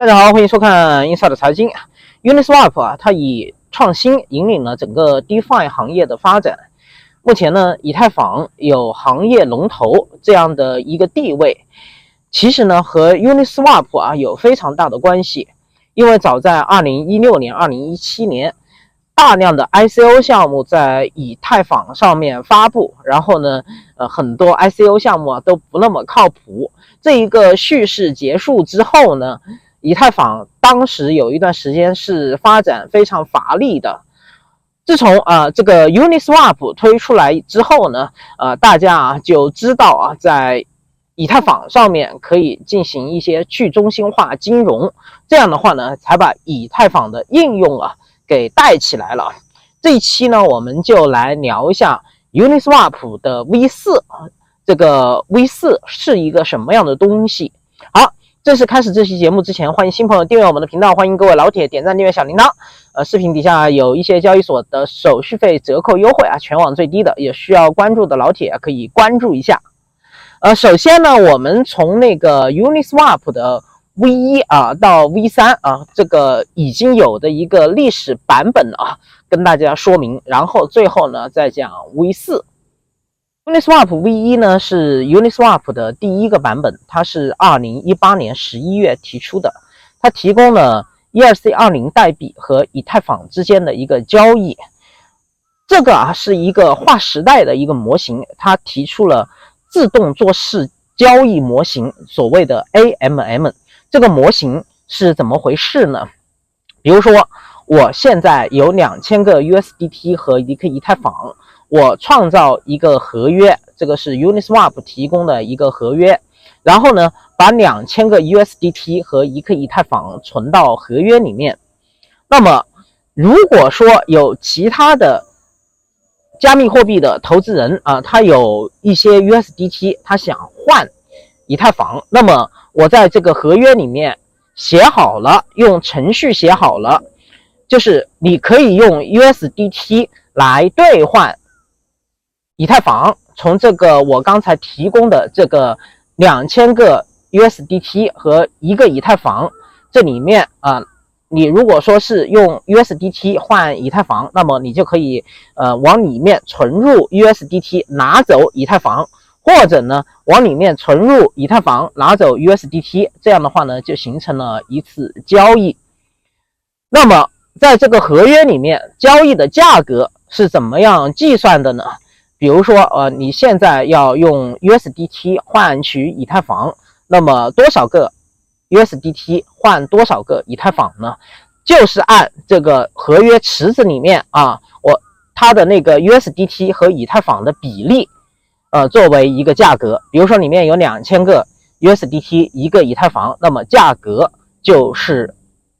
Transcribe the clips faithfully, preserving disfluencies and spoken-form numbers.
大家好，欢迎收看 Inside 财经。Uniswap 啊，它以创新引领了整个 DeFi 行业的发展。目前呢，以太坊有行业龙头这样的一个地位，其实呢和 Uniswap 啊有非常大的关系。因为早在二零一六年、二零一七年，大量的 I C O 项目在以太坊上面发布，然后呢，呃，很多 I C O 项目啊都不那么靠谱。这一个叙事结束之后呢，以太坊当时有一段时间是发展非常乏力的。自从啊、呃、这个 Uniswap 推出来之后呢，呃大家啊就知道啊，在以太坊上面可以进行一些去中心化金融，这样的话呢，才把以太坊的应用啊给带起来了。这一期呢，我们就来聊一下 Uniswap 的 V 四 啊，这个 V 四 是一个什么样的东西。好，正式开始这期节目之前，欢迎新朋友订阅我们的频道，欢迎各位老铁点赞订阅小铃铛。呃，视频底下有一些交易所的手续费折扣优惠啊，全网最低的，也需要关注的老铁啊可以关注一下。呃，首先呢，我们从那个 Uniswap 的 V 一 啊到 V 三 啊，这个已经有的一个历史版本啊，跟大家说明，然后最后呢再讲 V 四。Uniswap V 一 呢是 Uniswap 的第一个版本，它是二零一八年十一月提出的，它提供了 E R C 二十 代币和以太坊之间的一个交易。这个啊是一个划时代的一个模型，它提出了自动做事交易模型，所谓的 A M M。 这个模型是怎么回事呢？比如说我现在有两千个 U S D T 和一个以太坊，我创造一个合约，这个是 Uniswap 提供的一个合约，然后呢把两千个 U S D T 和一个以太坊存到合约里面。那么如果说有其他的加密货币的投资人啊、呃，他有一些 U S D T， 他想换以太坊，那么我在这个合约里面写好了，用程序写好了，就是你可以用 U S D T 来兑换以太坊，从这个我刚才提供的这个两千个 U S D T 和一个以太坊这里面啊、呃，你如果说是用 U S D T 换以太坊，那么你就可以呃往里面存入 U S D T 拿走以太坊，或者呢往里面存入以太坊拿走 U S D T， 这样的话呢就形成了一次交易。那么在这个合约里面交易的价格是怎么样计算的呢？比如说呃你现在要用 U S D T 换取以太坊，那么多少个 U S D T 换多少个以太坊呢？就是按这个合约池子里面啊，我它的那个 U S D T 和以太坊的比例呃作为一个价格。比如说里面有两千个 U S D T 一个以太坊，那么价格就是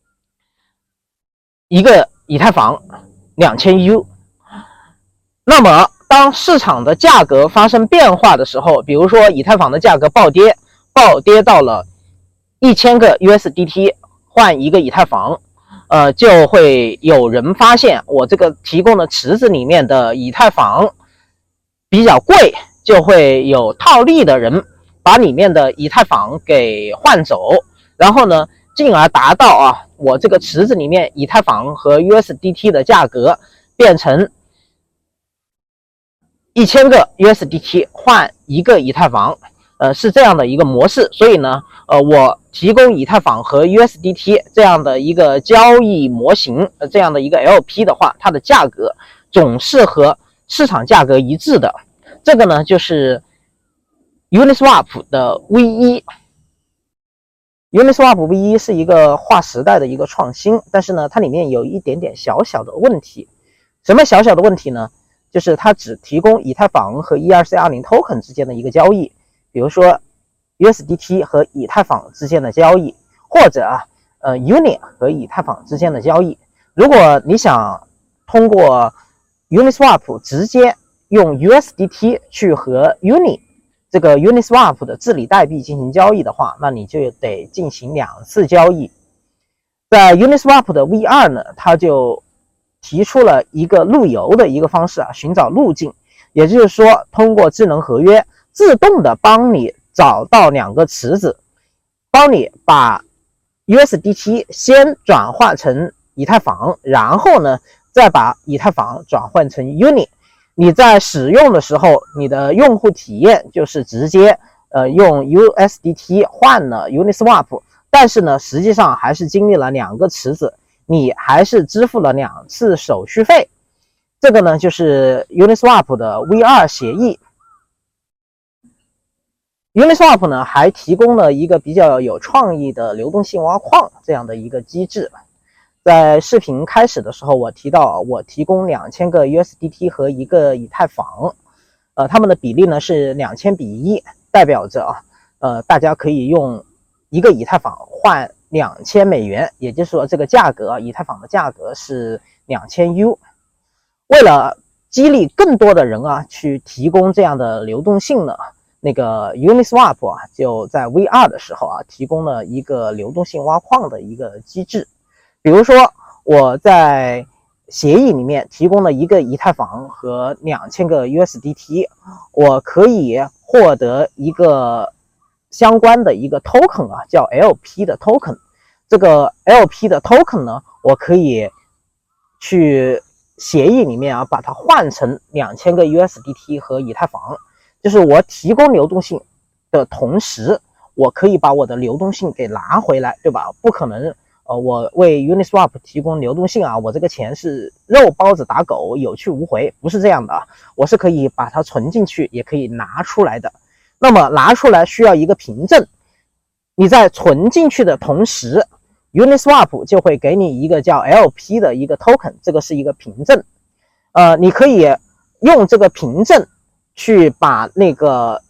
一个以太坊两千 U。 那么当市场的价格发生变化的时候，比如说以太坊的价格暴跌，暴跌到了一千个 U S D T 换一个以太坊，呃，就会有人发现我这个提供的池子里面的以太坊比较贵，就会有套利的人把里面的以太坊给换走，然后呢，进而达到啊，我这个池子里面以太坊和 U S D T 的价格变成一千个 U S D T 换一个以太坊。呃，是这样的一个模式。所以呢，呃，我提供以太坊和 U S D T 这样的一个交易模型，呃，这样的一个 L P 的话，它的价格总是和市场价格一致的。这个呢，就是 Uniswap 的 V 一。Uniswap V 一 是一个划时代的一个创新，但是呢，它里面有一点点小小的问题。什么小小的问题呢？就是它只提供以太坊和 E R C 二十 token 之间的一个交易。比如说 U S D T 和以太坊之间的交易，或者啊呃 Uni 和以太坊之间的交易。如果你想通过 Uniswap 直接用 U S D T 去和 Uni 这个 Uniswap 的治理代币进行交易的话，那你就得进行两次交易。在 Uniswap 的 V 二 呢，它就提出了一个路由的一个方式啊，寻找路径，也就是说通过智能合约自动的帮你找到两个池子，帮你把 U S D T 先转化成以太坊，然后呢再把以太坊转换成 Uni。你在使用的时候，你的用户体验就是直接呃用 U S D T 换了 Uniswap， 但是呢实际上还是经历了两个池子，你还是支付了两次手续费。这个呢就是 Uniswap 的 V 二 协议。Uniswap 呢还提供了一个比较有创意的流动性挖矿这样的一个机制。在视频开始的时候，我提到我提供两千个 U S D T 和一个以太坊，呃，它们的比例呢是两千比一，代表着啊，呃，大家可以用一个以太坊换两千美元，也就是说这个价格，以太坊的价格是两千 U。为了激励更多的人啊去提供这样的流动性呢，那个 Uniswap 啊就在 V 二 的时候啊提供了一个流动性挖矿的一个机制。比如说我在协议里面提供了一个以太坊和两千个 U S D T， 我可以获得一个相关的一个 token 啊，叫 L P 的 token。这个 L P 的 token 呢，我可以去协议里面啊把它换成两千个 U S D T 和以太坊，就是我提供流动性的同时，我可以把我的流动性给拿回来，对吧？不可能呃，我为 Uniswap 提供流动性啊，我这个钱是肉包子打狗，有去无回，不是这样的啊，我是可以把它存进去，也可以拿出来的。那么拿出来需要一个凭证，你在存进去的同时 ，Uniswap 就会给你一个叫 L P 的一个 token， 这个是一个凭证。呃，你可以用这个凭证去把那个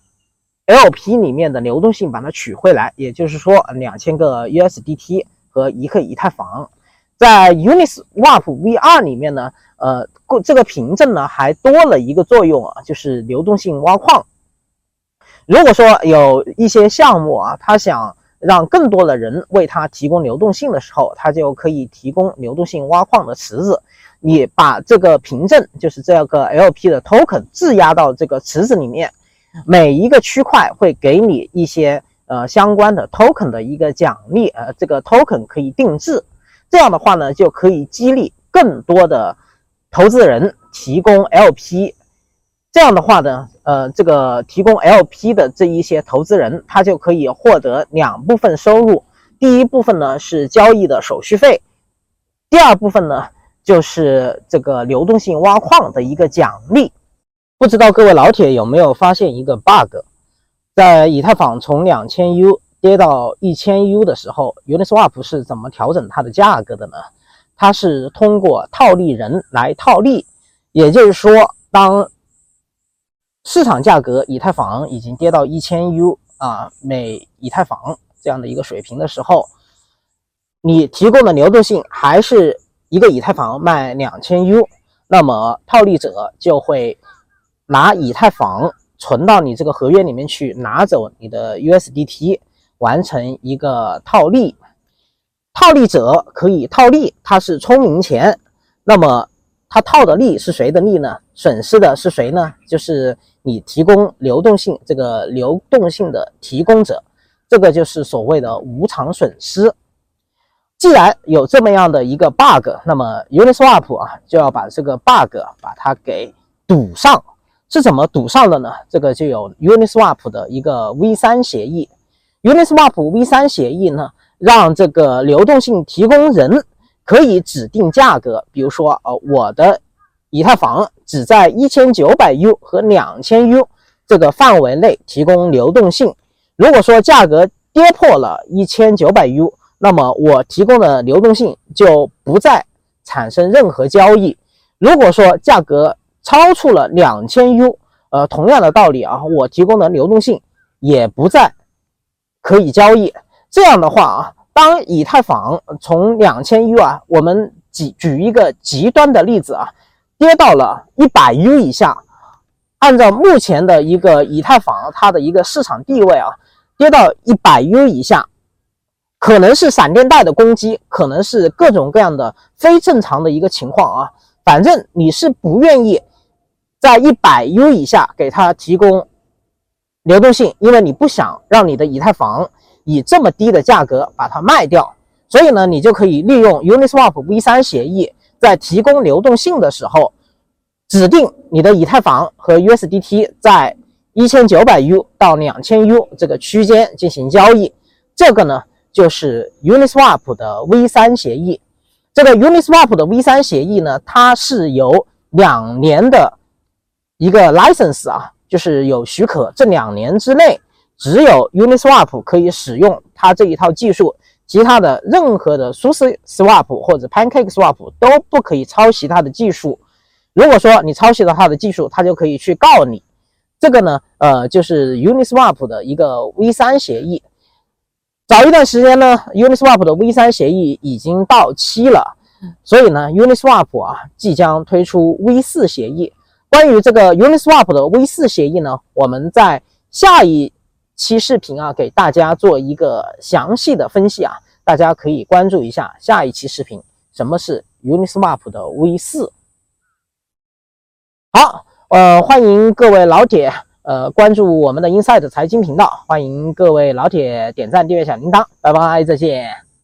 L P 里面的流动性把它取回来，也就是说两千个 U S D T。和一个以太坊。在 Uniswap V 二 里面呢，呃，这个凭证呢还多了一个作用啊，就是流动性挖矿。如果说有一些项目啊，他想让更多的人为他提供流动性的时候，他就可以提供流动性挖矿的池子。你把这个凭证，就是这个 L P 的 token 质押到这个池子里面，每一个区块会给你一些呃，相关的 token 的一个奖励，呃，这个 token 可以定制，这样的话呢，就可以激励更多的投资人提供 L P。这样的话呢，呃，这个提供 L P 的这一些投资人，他就可以获得两部分收入。第一部分呢是交易的手续费，第二部分呢就是这个流动性挖矿的一个奖励。不知道各位老铁有没有发现一个 bug？在以太坊从两千 U 跌到一千 U 的时候 ，Uniswap 是怎么调整它的价格的呢？它是通过套利人来套利，也就是说，当市场价格以太坊已经跌到一千 U 啊每以太坊这样的一个水平的时候，你提供的流动性还是一个以太坊卖两千 U， 那么套利者就会拿以太坊存到你这个合约里面去，拿走你的 U S D T， 完成一个套利。套利者可以套利，他是聪明钱。那么他套的利是谁的利呢？损失的是谁呢？就是你提供流动性这个流动性的提供者，这个就是所谓的无偿损失。既然有这么样的一个 bug， 那么 Uniswap 啊就要把这个 bug 把它给堵上。是怎么堵上的呢？这个就有 Uniswap 的一个 V 三 协议。Uniswap V 三 协议呢，让这个流动性提供人可以指定价格，比如说，呃，我的以太坊只在一千九百 U 和两千 U 这个范围内提供流动性。如果说价格跌破了一千九百 U， 那么我提供的流动性就不再产生任何交易。如果说价格超出了两千 U， 呃，同样的道理啊，我提供的流动性也不再可以交易。这样的话啊，当以太坊从两千 U 啊，我们举举一个极端的例子啊，跌到了一百 U 以下，按照目前的一个以太坊它的一个市场地位啊，跌到一百 U 以下，可能是闪电贷的攻击，可能是各种各样的非正常的一个情况啊，反正你是不愿意在一百 U 以下给它提供流动性，因为你不想让你的以太坊以这么低的价格把它卖掉。 所以呢，你就可以利用 Uniswap V 三 协议，在提供流动性的时候，指定你的以太坊和 U S D T 在一千九百 U 到两千 U 这个区间进行交易。这个呢，就是 Uniswap 的 V 三 协议。这个 Uniswap 的 V 三 协议呢，它是由两年的一个 license 啊，就是有许可，这两年之内只有 Uniswap 可以使用它这一套技术，其他的任何的 SushiSwap 或者 PancakeSwap 都不可以抄袭它的技术。如果说你抄袭了它的技术，它就可以去告你。这个呢，呃，就是 Uniswap 的一个 V 三 协议。早一段时间呢 ，Uniswap 的 V 三 协议已经到期了，所以呢 ，Uniswap 啊即将推出 V 四 协议。关于这个 Uniswap 的 V 四 协议呢，我们在下一期视频啊给大家做一个详细的分析啊，大家可以关注一下下一期视频，什么是 Uniswap 的 V 四。好，呃，欢迎各位老铁。呃，关注我们的 Inside 财经频道，欢迎各位老铁点赞、订阅小铃铛，拜拜，再见。